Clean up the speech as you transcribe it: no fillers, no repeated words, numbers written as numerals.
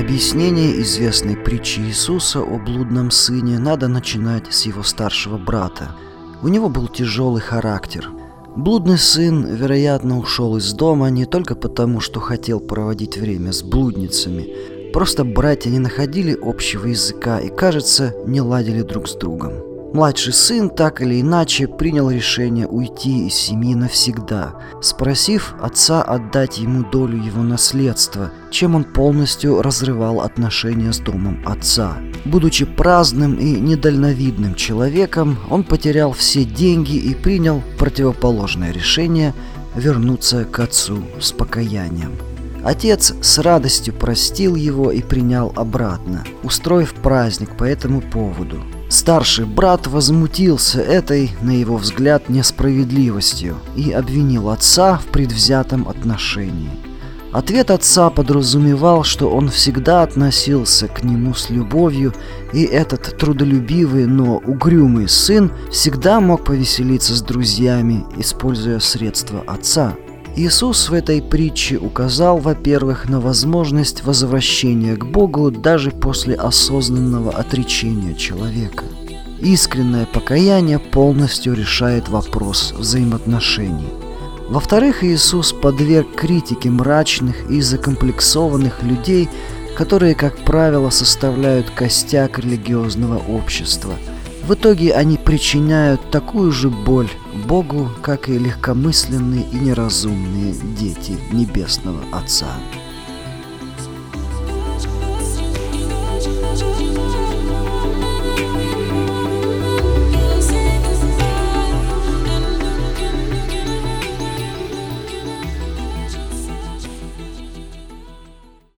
Объяснение известной притчи Иисуса о блудном сыне надо начинать с его старшего брата. У него был тяжелый характер. Блудный сын, вероятно, ушел из дома не только потому, что хотел проводить время с блудницами. Просто братья не находили общего языка и, кажется, не ладили друг с другом. Младший сын так или иначе принял решение уйти из семьи навсегда, спросив отца отдать ему долю его наследства, чем он полностью разрывал отношения с домом отца. Будучи праздным и недальновидным человеком, он потерял все деньги и принял противоположное решение вернуться к отцу с покаянием. Отец с радостью простил его и принял обратно, устроив праздник по этому поводу. Старший брат возмутился этой, на его взгляд, несправедливостью и обвинил отца в предвзятом отношении. Ответ отца подразумевал, что он всегда относился к нему с любовью, и этот трудолюбивый, но угрюмый сын всегда мог повеселиться с друзьями, используя средства отца. Иисус в этой притче указал, во-первых, на возможность возвращения к Богу даже после осознанного отречения человека. Искреннее покаяние полностью решает вопрос взаимоотношений. Во-вторых, Иисус подверг критике мрачных и закомплексованных людей, которые, как правило, составляют костяк религиозного общества. В итоге они причиняют такую же боль Богу, как и легкомысленные и неразумные дети Небесного Отца.